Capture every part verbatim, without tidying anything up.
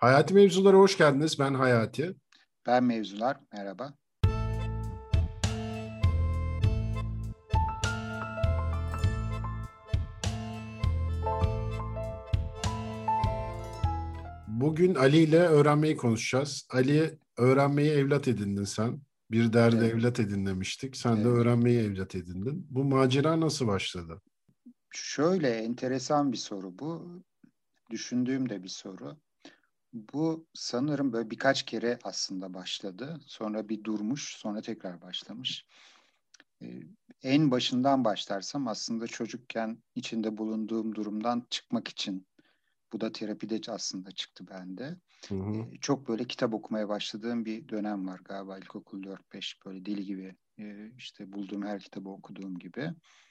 Hayati Mevzulara hoş geldiniz. Ben Hayati. Ben Mevzular, merhaba. Bugün Ali ile öğrenmeyi konuşacağız. Ali, öğrenmeyi evlat edindin sen. Bir derdi Evet, evlat edin demiştik. Sen de evet. öğrenmeyi evlat edindin. Bu macera nasıl başladı? Şöyle enteresan bir soru bu. Düşündüğüm de bir soru. Bu sanırım böyle birkaç kere aslında başladı. Sonra bir durmuş, sonra tekrar başlamış. Ee, En başından başlarsam aslında çocukken içinde bulunduğum durumdan çıkmak için. Bu da terapide aslında çıktı bende. Hı hı. Ee, çok böyle kitap okumaya başladığım bir dönem var galiba ilkokul dört beş böyle deli gibi e, işte bulduğum her kitabı okuduğum gibi.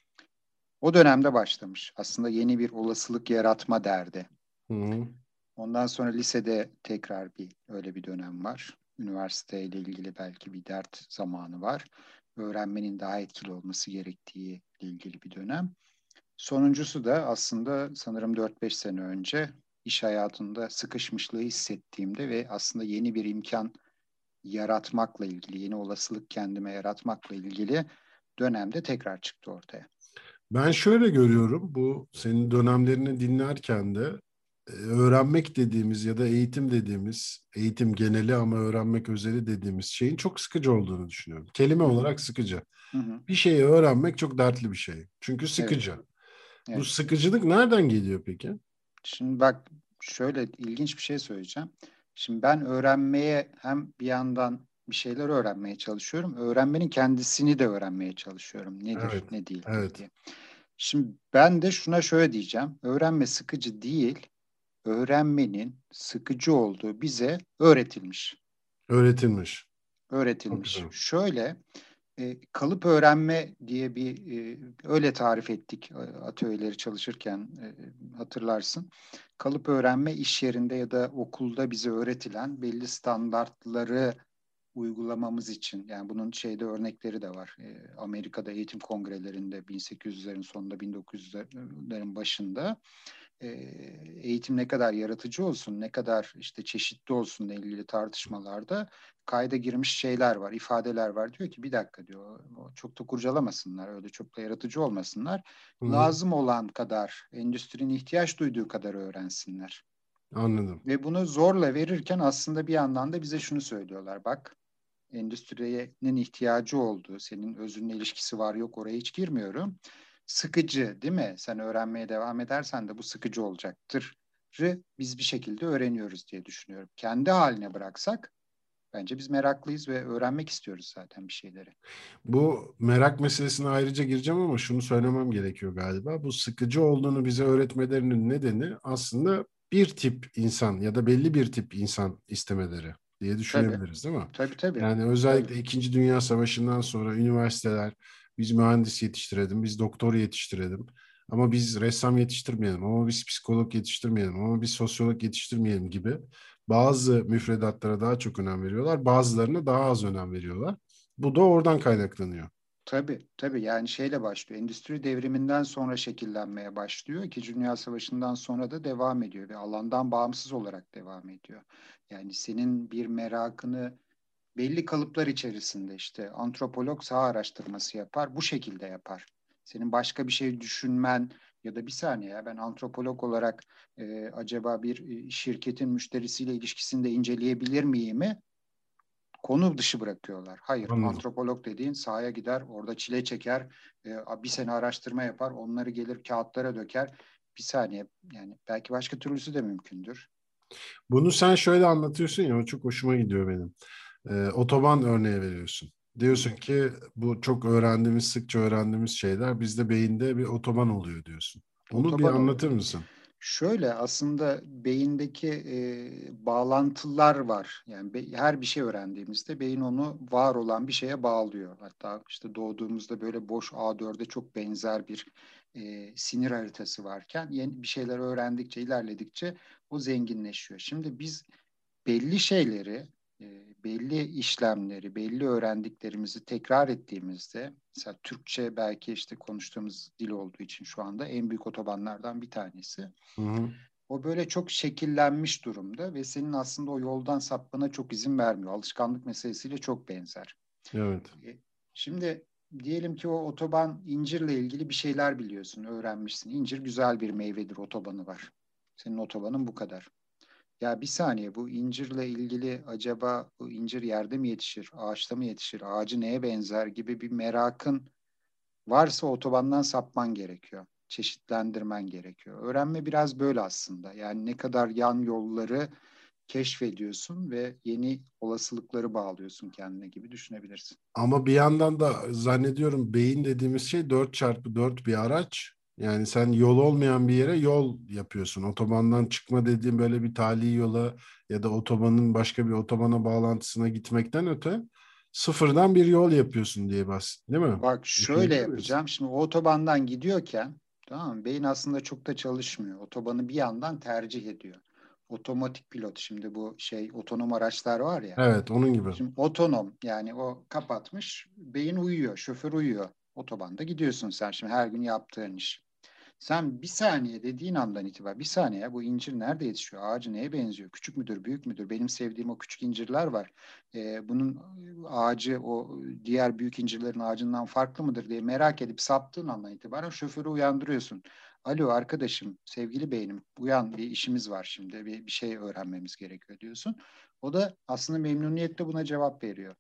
O dönemde başlamış. Aslında yeni bir olasılık yaratma derdi. Hı hı. Ondan sonra lisede tekrar bir öyle bir dönem var. Üniversiteyle ilgili belki bir dert zamanı var. Öğrenmenin daha etkili olması gerektiği ile ilgili bir dönem. Sonuncusu da aslında sanırım dört beş sene önce iş hayatında sıkışmışlığı hissettiğimde ve aslında yeni bir imkan yaratmakla ilgili, yeni olasılık kendime yaratmakla ilgili dönemde tekrar çıktı ortaya. Ben şöyle görüyorum, bu senin dönemlerini dinlerken de e, öğrenmek dediğimiz ya da eğitim dediğimiz, eğitim geneli ama öğrenmek özeli dediğimiz şeyin çok sıkıcı olduğunu düşünüyorum. Kelime Hı hı, olarak sıkıcı. hı hı. Bir şeyi öğrenmek çok dertli bir şey. Çünkü Evet, sıkıcı. Bu evet. sıkıcılık nereden geliyor peki? Şimdi bak şöyle ilginç bir şey söyleyeceğim. Şimdi ben öğrenmeye hem bir yandan bir şeyler öğrenmeye çalışıyorum. Öğrenmenin kendisini de öğrenmeye çalışıyorum. Nedir, Evet, ne değildir evet. diye. Şimdi ben de şuna şöyle diyeceğim. Öğrenme sıkıcı değil, öğrenmenin sıkıcı olduğu bize öğretilmiş. Öğretilmiş. Çok güzel. Öğretilmiş. Şöyle e, kalıp öğrenme diye bir e, öyle tarif ettik e, atölyeleri çalışırken e, hatırlarsın. Kalıp öğrenme iş yerinde ya da okulda bize öğretilen belli standartları uygulamamız için. Yani bunun şeyde örnekleri de var. E, Amerika'da eğitim kongrelerinde bin sekiz yüzlerin sonunda bin dokuz yüzlerin başında e, eğitim ne kadar yaratıcı olsun, ne kadar işte çeşitli olsun ile ilgili tartışmalarda kayda girmiş şeyler var, ifadeler var. Diyor ki bir dakika diyor, o çok da kurcalamasınlar, öyle çok da yaratıcı olmasınlar. Hı hı, Lazım olan kadar, endüstrinin ihtiyaç duyduğu kadar öğrensinler. anladım. Ve bunu zorla verirken aslında bir yandan da bize şunu söylüyorlar. Bak, endüstrinin ihtiyacı olduğu, senin özünle ilişkisi var yok oraya hiç girmiyorum. Sıkıcı değil mi? Sen öğrenmeye devam edersen de bu sıkıcı olacaktır. Biz bir şekilde öğreniyoruz diye düşünüyorum. Kendi haline bıraksak bence biz meraklıyız ve öğrenmek istiyoruz zaten bir şeyleri. Bu merak meselesine ayrıca gireceğim ama şunu söylemem gerekiyor galiba. Bu sıkıcı olduğunu bize öğretmelerinin nedeni aslında bir tip insan ya da belli bir tip insan istemeleri diye Tabii, düşünebiliriz, değil mi? tabii tabii. Yani Tabii. özellikle İkinci Dünya Savaşı'ndan sonra üniversiteler biz mühendis yetiştirelim, biz doktor yetiştirelim. Ama biz ressam yetiştirmeyelim, ama biz psikolog yetiştirmeyelim, ama biz sosyolog yetiştirmeyelim gibi bazı müfredatlara daha çok önem veriyorlar, bazılarına daha az önem veriyorlar. Bu da oradan kaynaklanıyor. Tabii, tabii. Yani şeyle başlıyor. Endüstri devriminden sonra şekillenmeye başlıyor. İkinci Dünya Savaşı'ndan sonra da devam ediyor ve alandan bağımsız olarak devam ediyor. Yani senin bir merakını belli kalıplar içerisinde işte antropolog saha araştırması yapar, bu şekilde yapar. Senin başka bir şey düşünmen ya da bir saniye ya ben antropolog olarak e, acaba bir e, şirketin müşterisiyle ilişkisini de inceleyebilir miyim? Konu dışı bırakıyorlar. Hayır, Anladım. antropolog dediğin sahaya gider, orada çile çeker, e, bir sene araştırma yapar, onları gelir kağıtlara döker. Bir saniye, yani belki başka türlüsü de mümkündür. Bunu sen şöyle anlatıyorsun ya, o çok hoşuma gidiyor benim. Ee, otoban örneği veriyorsun. Hı Diyorsun hı. ki bu çok öğrendiğimiz, sıkça öğrendiğimiz şeyler bizde beyinde bir otoban oluyor diyorsun. Onu bir Otoban oluyor. anlatır mısın? Şöyle aslında beyindeki e, bağlantılar var. Yani be- her bir şey öğrendiğimizde beyin onu var olan bir şeye bağlıyor. Hatta işte doğduğumuzda böyle boş A dörde çok benzer bir e, sinir haritası varken yeni bir şeyler öğrendikçe, ilerledikçe o zenginleşiyor. Şimdi biz belli şeyleri, e, belli işlemleri, belli öğrendiklerimizi tekrar ettiğimizde, mesela Türkçe belki işte konuştuğumuz dil olduğu için şu anda en büyük otobanlardan bir tanesi. Hı hı. o böyle çok şekillenmiş durumda ve senin aslında o yoldan sapmana çok izin vermiyor. Alışkanlık meselesiyle çok benzer. Evet. E, Şimdi diyelim ki o otoban incirle ilgili bir şeyler biliyorsun, öğrenmişsin. İncir güzel bir meyvedir, otobanı var. Senin otobanın bu kadar. Ya bir saniye, bu incirle ilgili acaba bu incir yerde mi yetişir, ağaçta mı yetişir, ağacı neye benzer gibi bir merakın varsa otobandan sapman gerekiyor. Çeşitlendirmen gerekiyor. Öğrenme biraz böyle aslında. Yani ne kadar yan yolları keşfediyorsun ve yeni olasılıkları bağlıyorsun kendine gibi düşünebilirsin. Ama bir yandan da zannediyorum beyin dediğimiz şey dört çarpı dört bir araç. Yani sen yol olmayan bir yere yol yapıyorsun. Otobandan çıkma dediğim böyle bir tali yola ya da otobanın başka bir otobana bağlantısına gitmekten öte sıfırdan bir yol yapıyorsun diye bahs, değil mi? Bak şöyle Düşünebilir miyiz? yapacağım. Şimdi o otobandan gidiyorken, tamam mı? Beyin aslında çok da çalışmıyor. Otobanı bir yandan tercih ediyor. Otomatik pilot, şimdi bu şey otonom araçlar var ya. Evet, onun gibi. Şimdi otonom, yani o kapatmış, beyin uyuyor, şoför uyuyor. Otobanda gidiyorsun sen şimdi, her gün yaptığın iş. Sen bir saniye dediğin andan itibaren, bir saniye ya, bu incir nerede yetişiyor? Ağacı neye benziyor? Küçük müdür, büyük müdür? Benim sevdiğim o küçük incirler var. Ee, bunun ağacı o diğer büyük incirlerin ağacından farklı mıdır diye merak edip saptığın andan itibaren şoförü uyandırıyorsun. Alo arkadaşım, sevgili beynim, uyan, bir işimiz var şimdi, bir, bir şey öğrenmemiz gerekiyor diyorsun. O da aslında memnuniyetle buna cevap veriyor.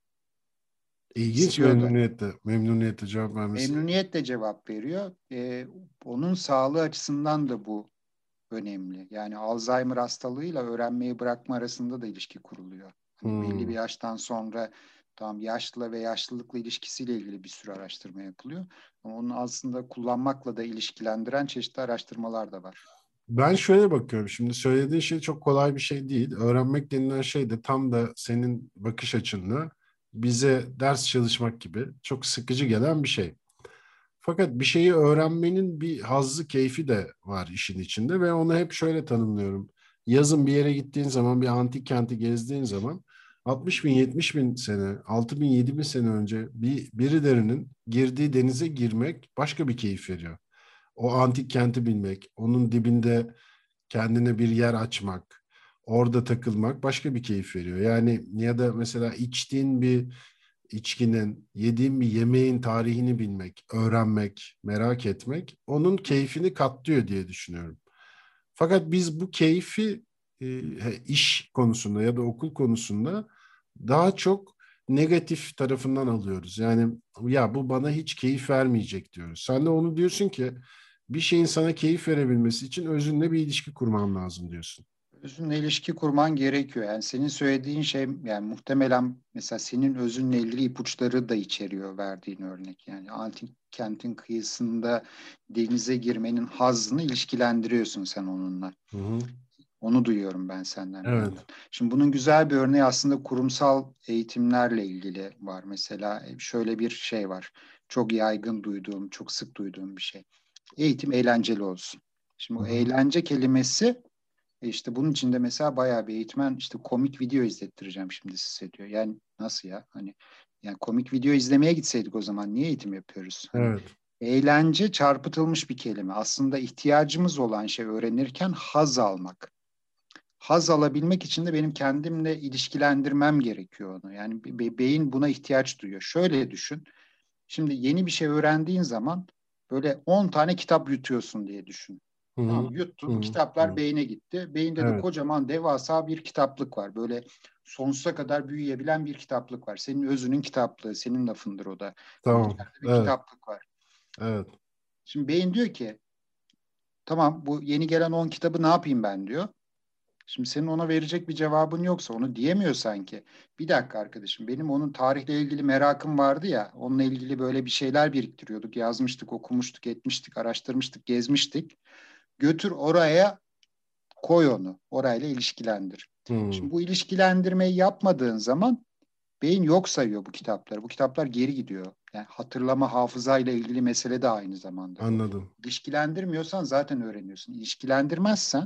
İlginç, İstiyor da. memnuniyetle, memnuniyetle cevap vermesi. Memnuniyetle cevap veriyor. Ee, onun sağlığı açısından da bu önemli. Yani Alzheimer hastalığıyla öğrenmeyi bırakma arasında da ilişki kuruluyor. Hani belli bir Hmm. yaştan sonra, tamam, yaşla ve yaşlılıkla ilişkisiyle ilgili bir sürü araştırma yapılıyor. Ama onu aslında kullanmakla da ilişkilendiren çeşitli araştırmalar da var. Ben şöyle bakıyorum. Şimdi söylediğin şey çok kolay bir şey değil. Öğrenmek denilen şey de tam da senin bakış açınla bize ders çalışmak gibi çok sıkıcı gelen bir şey. Fakat bir şeyi öğrenmenin bir hazzı, keyfi de var işin içinde ve onu hep şöyle tanımlıyorum. Yazın bir yere gittiğin zaman, bir antik kenti gezdiğin zaman altmış bin, yetmiş bin sene, altı bin, yedi bin sene önce bir birilerinin girdiği denize girmek başka bir keyif veriyor. O antik kenti bilmek, onun dibinde kendine bir yer açmak, orada takılmak başka bir keyif veriyor. Yani ya da mesela içtiğin bir içkinin, yediğin bir yemeğin tarihini bilmek, öğrenmek, merak etmek onun keyfini katlıyor diye düşünüyorum. Fakat biz bu keyfi e, iş konusunda ya da okul konusunda daha çok negatif tarafından alıyoruz. Yani ya bu bana hiç keyif vermeyecek diyoruz. Sen de onu diyorsun ki bir şeyin sana keyif verebilmesi için özünle bir ilişki kurman lazım diyorsun. Özünle ilişki kurman gerekiyor. Yani senin söylediğin şey, yani muhtemelen mesela senin özünle ilgili ipuçları da içeriyor verdiğin örnek. Yani antik kentin kıyısında denize girmenin hazzını ilişkilendiriyorsun sen onunla. Hı hı. Onu duyuyorum ben senden bir yandan. Evet. Şimdi bunun güzel bir örneği aslında kurumsal eğitimlerle ilgili var. Mesela şöyle bir şey var. Çok yaygın duyduğum, çok sık duyduğum bir şey. Eğitim eğlenceli olsun. Şimdi Hı bu hı. eğlence kelimesi, e işte bunun içinde mesela bayağı bir eğitmen işte komik video izlettireceğim şimdi size diyor. Yani nasıl ya? Hani yani komik video izlemeye gitseydik o zaman niye eğitim yapıyoruz? Hani Evet. eğlence çarpıtılmış bir kelime. Aslında ihtiyacımız olan şey öğrenirken haz almak. Haz alabilmek için de benim kendimle ilişkilendirmem gerekiyor onu. Yani be- beyin buna ihtiyaç duyuyor. Şöyle düşün. Şimdi yeni bir şey öğrendiğin zaman böyle on tane kitap yutuyorsun diye düşün. Hı hı. Tamam, Hı yuttun. Bu hı. kitaplar Hı. beyine gitti. Beyinde de Evet. kocaman devasa bir kitaplık var. Böyle sonsuza kadar büyüyebilen bir kitaplık var. Senin özünün kitaplığı, senin lafındır o da. Böyle Tamam. içeride bir Evet. kitaplık var. Evet. Şimdi beyin diyor ki tamam, bu yeni gelen on kitabı ne yapayım ben diyor. Şimdi senin ona verecek bir cevabın yoksa, onu diyemiyor sanki. Bir dakika arkadaşım, benim onun tarihle ilgili merakım vardı ya, onunla ilgili böyle bir şeyler biriktiriyorduk, yazmıştık, okumuştuk, etmiştik, araştırmıştık, gezmiştik. Götür oraya, koy onu, orayla ilişkilendir. Hı. Şimdi bu ilişkilendirmeyi yapmadığın zaman beyin yok sayıyor bu kitapları. Bu kitaplar geri gidiyor. Yani hatırlama, hafızayla ilgili mesele de aynı zamanda bu. Anladım. İlişkilendirmiyorsan zaten öğreniyorsun. İlişkilendirmezsen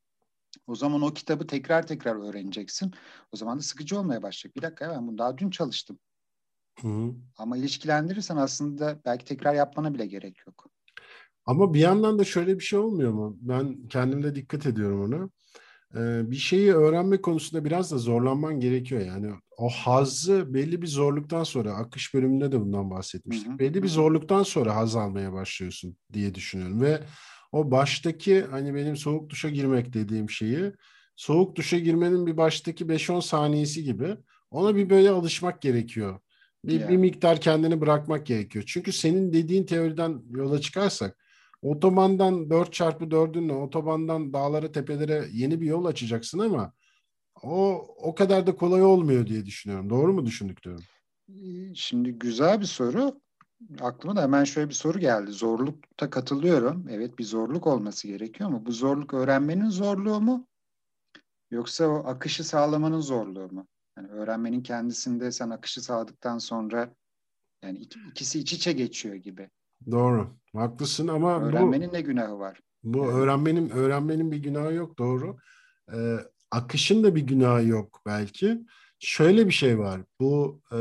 o zaman o kitabı tekrar tekrar öğreneceksin. O zaman da sıkıcı olmaya başlayacak. Bir dakika ya, ben bunu daha dün çalıştım. Hı hı. Ama ilişkilendirirsen aslında belki tekrar yapmana bile gerek yok. Ama bir yandan da şöyle bir şey olmuyor mu? Ben kendimde dikkat ediyorum ona. Ee, bir şeyi öğrenme konusunda biraz da zorlanman gerekiyor. Yani o hazzı belli bir zorluktan sonra, akış bölümünde de bundan Hı hı, bahsetmiştik. Belli hı bir hı. zorluktan sonra haz almaya başlıyorsun diye düşünüyorum. Ve o baştaki hani benim soğuk duşa girmek dediğim şeyi, soğuk duşa girmenin bir baştaki beş on saniyesi gibi Hı ona bir hı. böyle alışmak gerekiyor. Bir, bir Ya. miktar kendini bırakmak gerekiyor. Çünkü senin dediğin teoriden yola çıkarsak otobandan dört çarpı dördünle otobandan dağlara tepelere yeni bir yol açacaksın ama o o kadar da kolay olmuyor diye düşünüyorum. Doğru mu düşündüklerim? Ee, Şimdi güzel bir soru. Aklıma da hemen şöyle bir soru geldi. Zorlukta katılıyorum. Evet, bir zorluk olması gerekiyor ama bu zorluk öğrenmenin zorluğu mu? Yoksa o akışı sağlamanın zorluğu mu? Yani öğrenmenin kendisinde sen akışı sağladıktan sonra yani ik- ikisi iç içe geçiyor gibi. Doğru. Haklısın ama bu Öğrenmenin ne günahı var? bu Yani. öğrenmenin öğrenmenin bir günahı yok. Doğru. Ee, akışın da bir günahı yok belki. Şöyle bir şey var. Bu e,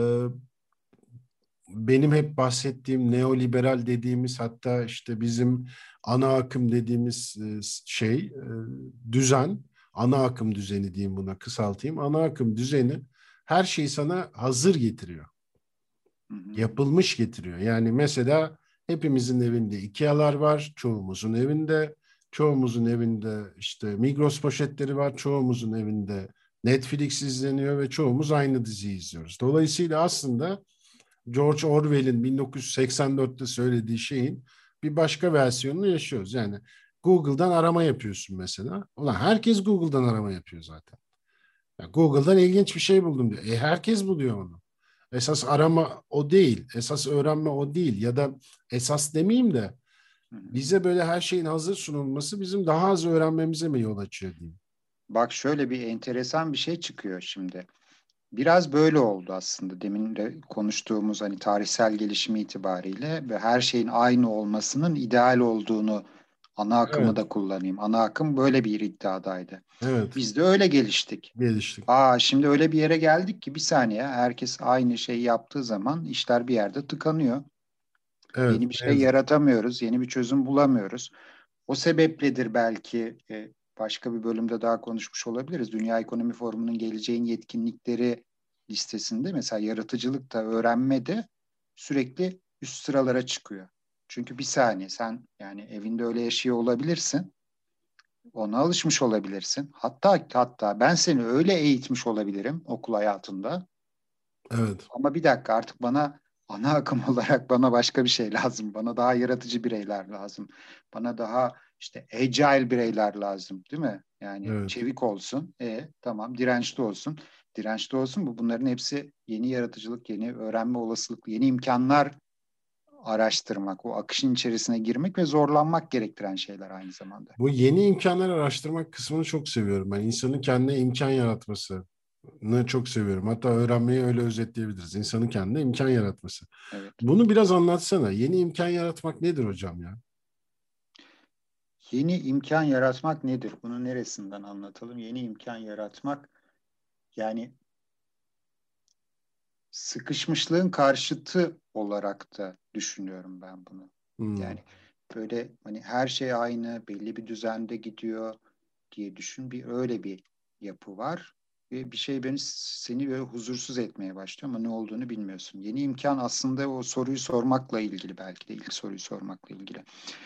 benim hep bahsettiğim neoliberal dediğimiz hatta işte bizim ana akım dediğimiz e, şey e, düzen, ana akım düzeni diyeyim buna kısaltayım. Ana akım düzeni her şeyi sana hazır getiriyor. Hı hı, Yapılmış getiriyor. Yani mesela hepimizin evinde IKEA'lar var, çoğumuzun evinde, çoğumuzun evinde işte Migros poşetleri var, çoğumuzun evinde Netflix izleniyor ve çoğumuz aynı diziyi izliyoruz. Dolayısıyla aslında George Orwell'in bin dokuz yüz seksen dörtte söylediği şeyin bir başka versiyonunu yaşıyoruz. Yani Google'dan arama yapıyorsun mesela. Ulan herkes Google'dan arama yapıyor zaten. Ya Google'dan ilginç bir şey buldum diyor. E herkes buluyor onu. Esas arama o değil. Esas öğrenme o değil. Ya da esas demeyeyim de hı hı. bize böyle her şeyin hazır sunulması bizim daha az öğrenmemize mi yol açıyor diyeyim. Bak şöyle bir enteresan bir şey çıkıyor şimdi. Biraz böyle oldu aslında demin de konuştuğumuz hani tarihsel gelişim itibariyle ve her şeyin aynı olmasının ideal olduğunu ana akımı Evet, da kullanayım. Ana akım böyle bir iddiadaydı. evet. Biz de öyle geliştik. Geliştik. Aa, şimdi öyle bir yere geldik ki bir saniye herkes aynı şeyi yaptığı zaman işler bir yerde tıkanıyor. Evet, Yeni bir ne şey yazık. yaratamıyoruz, yeni bir çözüm bulamıyoruz. O sebepledir belki e, başka bir bölümde daha konuşmuş olabiliriz. Dünya Ekonomi Forumu'nun geleceğin yetkinlikleri listesinde mesela yaratıcılık da öğrenme de sürekli üst sıralara çıkıyor. Çünkü bir saniye sen yani evinde öyle yaşıyor olabilirsin. Ona alışmış olabilirsin. Hatta hatta ben seni öyle eğitmiş olabilirim okul hayatında. Evet, Ama bir dakika artık bana ana akım olarak bana başka bir şey lazım. Bana daha yaratıcı bireyler lazım. Bana daha işte agile bireyler lazım, değil mi? Yani evet. çevik olsun. E tamam, dirençli olsun. Dirençli olsun bu. Bunların hepsi yeni yaratıcılık, yeni öğrenme olasılıklı, yeni imkanlar araştırmak, o akışın içerisine girmek ve zorlanmak gerektiren şeyler aynı zamanda. Bu yeni imkanlar araştırmak kısmını çok seviyorum. Ben insanın kendine imkan yaratmasını çok seviyorum. Hatta öğrenmeyi öyle özetleyebiliriz. İnsanın kendine imkan yaratması. Evet. Bunu biraz anlatsana. Yeni imkan yaratmak nedir hocam ya? Yeni imkan yaratmak nedir? Bunu neresinden anlatalım? Yeni imkan yaratmak yani sıkışmışlığın karşıtı olarak da düşünüyorum ben bunu. Hmm, Yani böyle hani her şey aynı, belli bir düzende gidiyor diye düşün. Bir öyle bir yapı var ve bir şey beni seni böyle huzursuz etmeye başlıyor ama ne olduğunu bilmiyorsun. Yeni imkan aslında o soruyu sormakla ilgili, belki de ilk soruyu sormakla ilgili.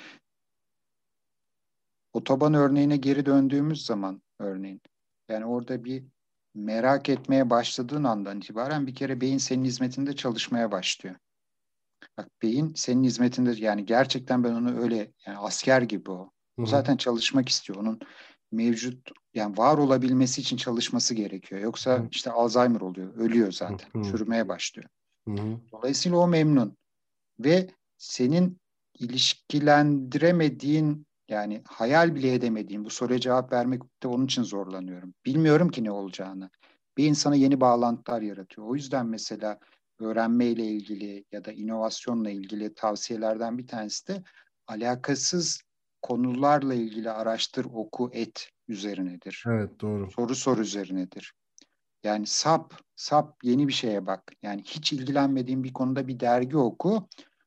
Otoban örneğine geri döndüğümüz zaman örneğin yani orada bir merak etmeye başladığın andan itibaren bir kere beyin senin hizmetinde çalışmaya başlıyor. Bak beyin senin hizmetinde yani gerçekten ben onu öyle yani asker gibi o. hı O hı, zaten çalışmak istiyor. Onun mevcut yani var olabilmesi için çalışması gerekiyor. Yoksa hı işte Alzheimer oluyor, ölüyor hı, zaten. hı Çürümeye başlıyor. hı, hı. Dolayısıyla o memnun ve senin ilişkilendiremediğin yani hayal bile edemediğin bu soruya cevap vermekte onun için zorlanıyorum. Bilmiyorum ki ne olacağını. Bir insana yeni bağlantılar yaratıyor. O yüzden mesela öğrenmeyle ilgili ya da inovasyonla ilgili tavsiyelerden bir tanesi de alakasız konularla ilgili araştır, oku, et üzerinedir. Evet, doğru. Soru sor üzerinedir. Yani sap, sap yeni bir şeye bak. Yani hiç ilgilenmediğin bir konuda bir dergi oku.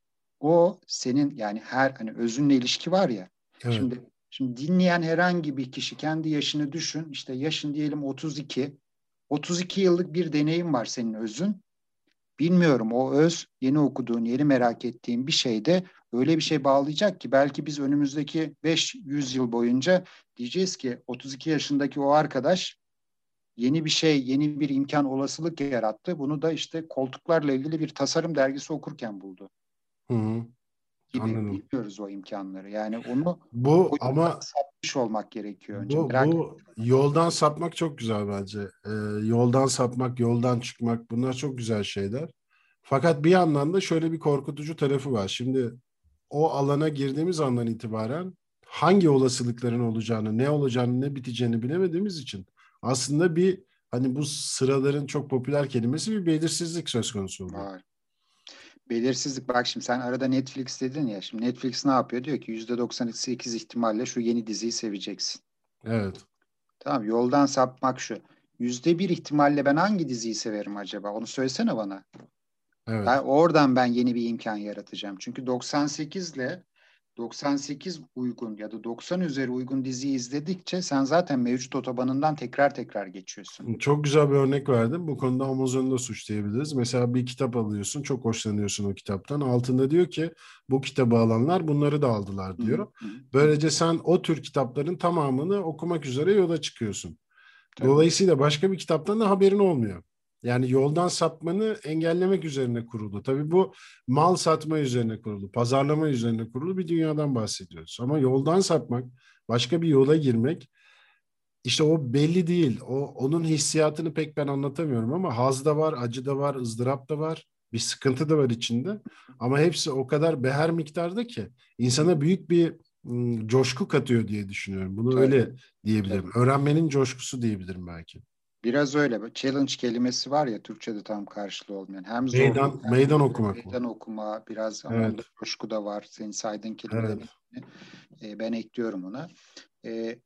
o senin yani her hani özünle ilişki var ya. Evet. Şimdi şimdi dinleyen herhangi bir kişi kendi yaşını düşün. İşte yaşın diyelim otuz iki. otuz iki yıllık bir deneyim var senin özün. Bilmiyorum o öz yeni okuduğun, yeni merak ettiğin bir şeyde öyle bir şey bağlayacak ki belki biz önümüzdeki beş yüz yıl boyunca diyeceğiz ki otuz iki yaşındaki o arkadaş yeni bir şey, yeni bir imkan olasılık yarattı. Bunu da işte koltuklarla ilgili bir tasarım dergisi okurken buldu Hı hı. gibi. Anladım. Bilmiyoruz o imkanları. Yani onu o Bu yoldan ama sapmış olmak gerekiyor önce. bu Merak bu yoldan sapmak çok güzel bence. Ee, yoldan sapmak, yoldan çıkmak bunlar çok güzel şeyler. Fakat bir yandan da şöyle bir korkutucu tarafı var. Şimdi o alana girdiğimiz andan itibaren hangi olasılıkların olacağını, ne olacağını, ne biteceğini bilemediğimiz için aslında bir hani bu sıraların çok popüler kelimesi bir belirsizlik söz konusu oluyor. var. Belirsizlik bak şimdi sen arada Netflix dedin ya. Şimdi Netflix ne yapıyor? Diyor ki yüzde doksan sekiz ihtimalle şu yeni diziyi seveceksin. Evet, Tamam yoldan sapmak şu. Yüzde bir ihtimalle ben hangi diziyi severim acaba? Onu söylesene bana. Ben evet. oradan ben yeni bir imkan yaratacağım. Çünkü doksan sekiz ile doksan sekiz uygun ya da doksan üzeri uygun diziyi izledikçe sen zaten mevcut otobanından tekrar tekrar geçiyorsun. Çok güzel bir örnek verdim. Bu konuda Amazon'u da suçlayabiliriz. Mesela bir kitap alıyorsun, çok hoşlanıyorsun o kitaptan. Altında diyor ki bu kitabı alanlar bunları da aldılar Hı hı, diyor. hı hı. Böylece sen o tür kitapların tamamını okumak üzere yola çıkıyorsun. Tabii, Dolayısıyla başka bir kitaptan da haberin olmuyor. Yani yoldan sapmanı engellemek üzerine kuruldu. Tabii bu mal satma üzerine kuruldu, pazarlama üzerine kurulu bir dünyadan bahsediyoruz. Ama yoldan sapmak, başka bir yola girmek işte o belli değil. O onun hissiyatını pek ben anlatamıyorum ama haz da var, acı da var, ızdırap da var, bir sıkıntı da var içinde. Ama hepsi o kadar beher miktarda ki insana büyük bir ım, coşku katıyor diye düşünüyorum. Bunu tabii, öyle diyebilirim. tabii. Öğrenmenin coşkusu diyebilirim belki. Biraz öyle. Bu challenge kelimesi var ya Türkçe'de tam karşılığı olmayan. Hem zorluk Meydan hem meydan böyle okumak bu. meydan okuma biraz ama onda Evet, coşku da var. Senin saydığın evet. kelimelerin e, ben ekliyorum ona. E,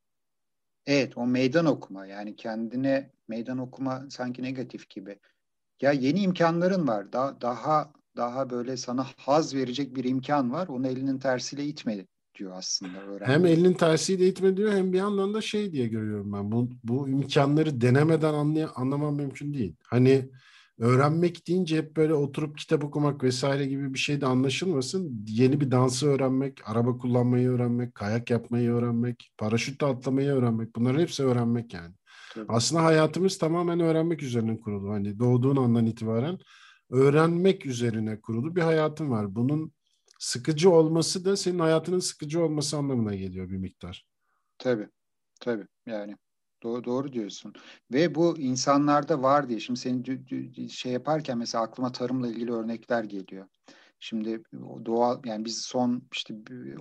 evet o meydan okuma yani kendine meydan okuma sanki negatif gibi. Ya yeni imkanların var. Daha daha daha böyle sana haz verecek bir imkan var. Onu elinin tersiyle itme diyor aslında Hem öğrenme. elinin tersiyle eğitim ediyor hem bir yandan da şey diye görüyorum ben. Bu, bu imkanları denemeden anlay anlamam mümkün değil. Hani öğrenmek deyince hep böyle oturup kitap okumak vesaire gibi bir şey de anlaşılmasın. Yeni bir dansı öğrenmek, araba kullanmayı öğrenmek, kayak yapmayı öğrenmek, paraşütle atlamayı öğrenmek. Bunların hepsi öğrenmek yani. Tabii. Aslında hayatımız tamamen öğrenmek üzerine kurulu. Hani doğduğun andan itibaren öğrenmek üzerine kurulu bir hayatın var. Bunun sıkıcı olması da senin hayatının sıkıcı olması anlamına geliyor bir miktar. Tabii. Tabii. Yani doğru, doğru diyorsun. Ve bu insanlarda var diye. Şimdi senin dü- dü- şey yaparken mesela aklıma tarımla ilgili örnekler geliyor. Şimdi o doğal yani biz son işte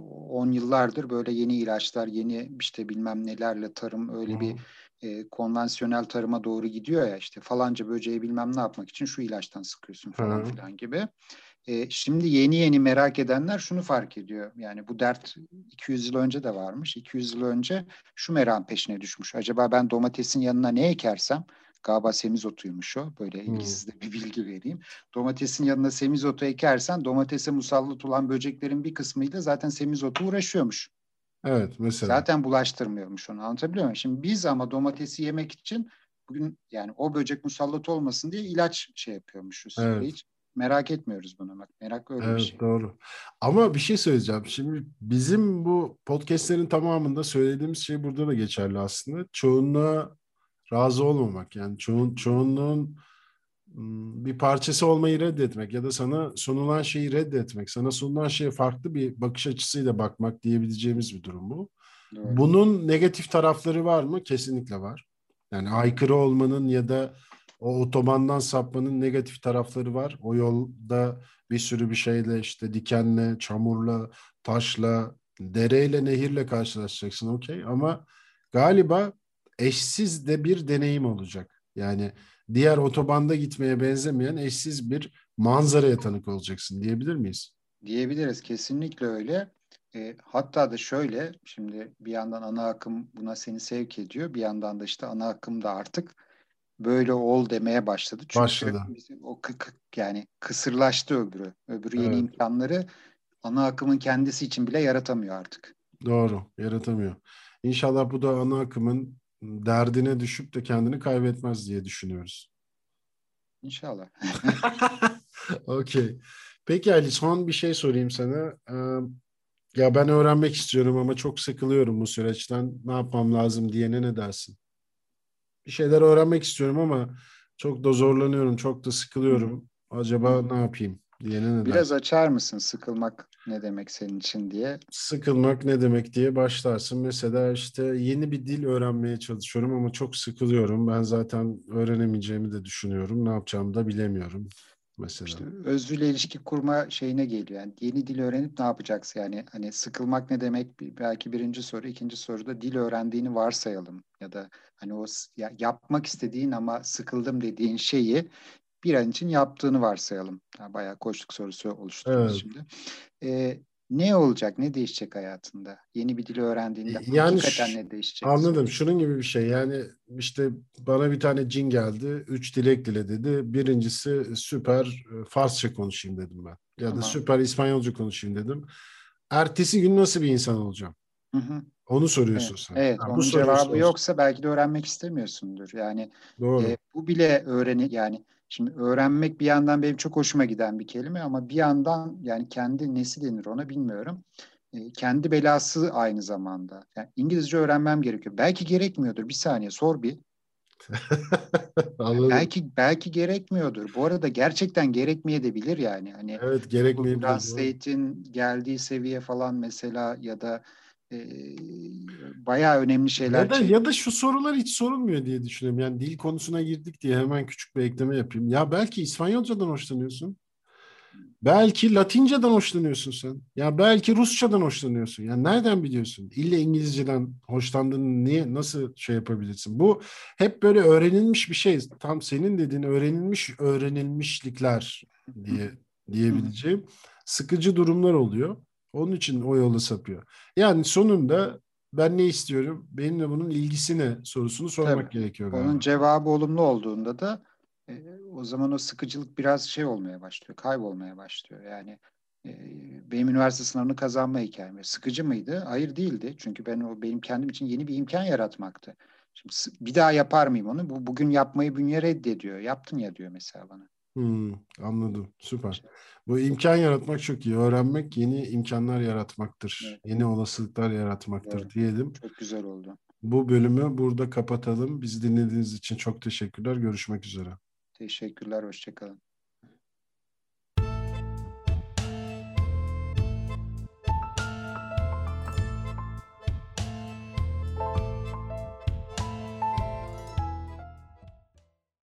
on yıllardır böyle yeni ilaçlar, yeni işte bilmem nelerle tarım Hı öyle bir hı. e, konvansiyonel tarıma doğru gidiyor ya işte falanca böceği bilmem ne yapmak için şu ilaçtan sıkıyorsun falan Hı. filan gibi. E, şimdi yeni yeni merak edenler şunu fark ediyor. Yani bu dert iki yüz yıl önce de varmış. iki yüz yıl önce şu merakın peşine düşmüş. Acaba ben domatesin yanına ne ekersem, galiba semizotuymuş o. Böyle Hı. ilgisiz de bir bilgi vereyim. Domatesin yanına semizotu ekersen domatese musallat olan böceklerin bir kısmıyla zaten semizotu uğraşıyormuş. Evet mesela. Zaten bulaştırmıyormuş onu. Anlatabiliyor muyum? Şimdi biz ama domatesi yemek için bugün yani o böcek musallat olmasın diye ilaç şey yapıyormuşuz. Ve Evet. hiç merak etmiyoruz bunu. Bak, merak öyle bir Evet şey. doğru. Ama bir şey söyleyeceğim. Şimdi bizim bu podcastlerin tamamında söylediğimiz şey burada da geçerli aslında. Çoğunluğa razı olmamak. Yani çoğun, çoğunluğun ım, bir parçası olmayı reddetmek ya da sana sunulan şeyi reddetmek, sana sunulan şeye farklı bir bakış açısıyla bakmak diyebileceğimiz bir durum bu. Doğru. Bunun negatif tarafları var mı? Kesinlikle var. Yani Hı hı. aykırı olmanın ya da o otobandan sapmanın negatif tarafları var. O yolda bir sürü bir şeyle işte dikenle, çamurla, taşla, dereyle, nehirle karşılaşacaksın okey. Ama galiba eşsiz de bir deneyim olacak. Yani diğer otobanda gitmeye benzemeyen eşsiz bir manzaraya tanık olacaksın diyebilir miyiz? Diyebiliriz. Kesinlikle öyle. E, hatta da şöyle şimdi bir yandan ana akım buna seni sevk ediyor. Bir yandan da işte ana akım da artık böyle ol demeye başladı. Çünkü Başladı. bizim o kı- kı- yani kısırlaştı öbürü. Öbürü yeni Evet. imkanları ana akımın kendisi için bile yaratamıyor artık. Doğru, yaratamıyor. İnşallah bu da ana akımın derdine düşüp de kendini kaybetmez diye düşünüyoruz. İnşallah. Okey. Peki Ali, son bir şey sorayım sana. Ee, ya ben öğrenmek istiyorum ama çok sıkılıyorum bu süreçten. Ne yapmam lazım diyene ne dersin? Bir şeyler öğrenmek istiyorum ama çok da zorlanıyorum, çok da Hı hı, sıkılıyorum. hı Acaba hı. ne yapayım diyene ne Biraz dersin? açar mısın sıkılmak ne demek senin için diye? Sıkılmak ne demek diye başlarsın. Mesela işte yeni bir dil öğrenmeye çalışıyorum ama çok sıkılıyorum. Ben zaten öğrenemeyeceğimi de düşünüyorum. Ne yapacağımı da bilemiyorum mesela. İşte özrüyle ilişki kurma şeyine geliyor. Yani yeni dil öğrenip ne yapacaksın? Yani hani sıkılmak ne demek? Belki birinci soru. İkinci soruda dil öğrendiğini varsayalım. Ya da hani o s- ya- yapmak istediğin ama sıkıldım dediğin şeyi bir an için yaptığını varsayalım. Ha, bayağı koçluk sorusu oluşturuyoruz Evet. şimdi. Ee, Ne olacak? Ne değişecek hayatında? Yeni bir dil öğrendiğinde Yani hakikaten ş- ne değişecek? anladım. Şunun gibi bir şey. Yani işte bana bir tane cin geldi. Üç dilek dile dedi. Birincisi süper e, Farsça konuşayım dedim ben. Ya da Tamam. süper İspanyolca konuşayım dedim. Ertesi gün nasıl bir insan olacağım? Hı hı. Onu Evet, soruyorsun sen. evet. Ha, bu Onun soruyu cevabı sor. yoksa belki de öğrenmek istemiyorsundur. Yani e, Doğru. bu bile öğreni yani şimdi öğrenmek bir yandan benim çok hoşuma giden bir kelime ama bir yandan yani kendi nesi denir ona bilmiyorum. E, kendi belası aynı zamanda. Yani İngilizce öğrenmem gerekiyor. Belki gerekmiyordur. Bir saniye sor bir. Anladım. Belki belki gerekmiyordur. Bu arada gerçekten gerekmeyebilir yani. Hani Evet, Google gerekmeyebilir. Doğru. Translate'in geldiği seviye falan mesela ya da e, bayağı önemli Ya şeyler da çek. ya da şu sorular hiç sorulmuyor diye düşünüyorum. Yani dil konusuna girdik diye hemen küçük bir ekleme yapayım. Ya belki İspanyolcadan hoşlanıyorsun. Belki Latinceden hoşlanıyorsun sen. Ya belki Rusçadan hoşlanıyorsun. Ya nereden biliyorsun? İlle İngilizceden hoşlandığını niye nasıl şey yapabilirsin? Bu hep böyle öğrenilmiş bir şey. Tam senin dediğin öğrenilmiş öğrenilmişlikler diye diyebileceğim sıkıcı durumlar oluyor. Onun için o yola sapıyor. Yani sonunda ben ne istiyorum? Benimle bunun ilgisi ne sorusunu Tabii. sormak gerekiyor Onun galiba. cevabı olumlu olduğunda da e, o zaman o sıkıcılık biraz şey olmaya başlıyor, kaybolmaya başlıyor. Yani e, benim üniversite sınavını kazanma hikayem. Sıkıcı mıydı? Hayır değildi. Çünkü ben o benim kendim için yeni bir imkan yaratmaktı. Şimdi sı- bir daha yapar mıyım onu? Bu bugün yapmayı bünye reddediyor. Yaptın ya diyor mesela bana. Hmm, anladım. Süper. Bu imkan yaratmak çok iyi. Öğrenmek yeni imkanlar yaratmaktır. Evet, Yeni olasılıklar yaratmaktır doğru. diyelim. Çok güzel oldu. Bu bölümü burada kapatalım. Bizi dinlediğiniz için çok teşekkürler. Görüşmek üzere. Teşekkürler, hoşça kalın.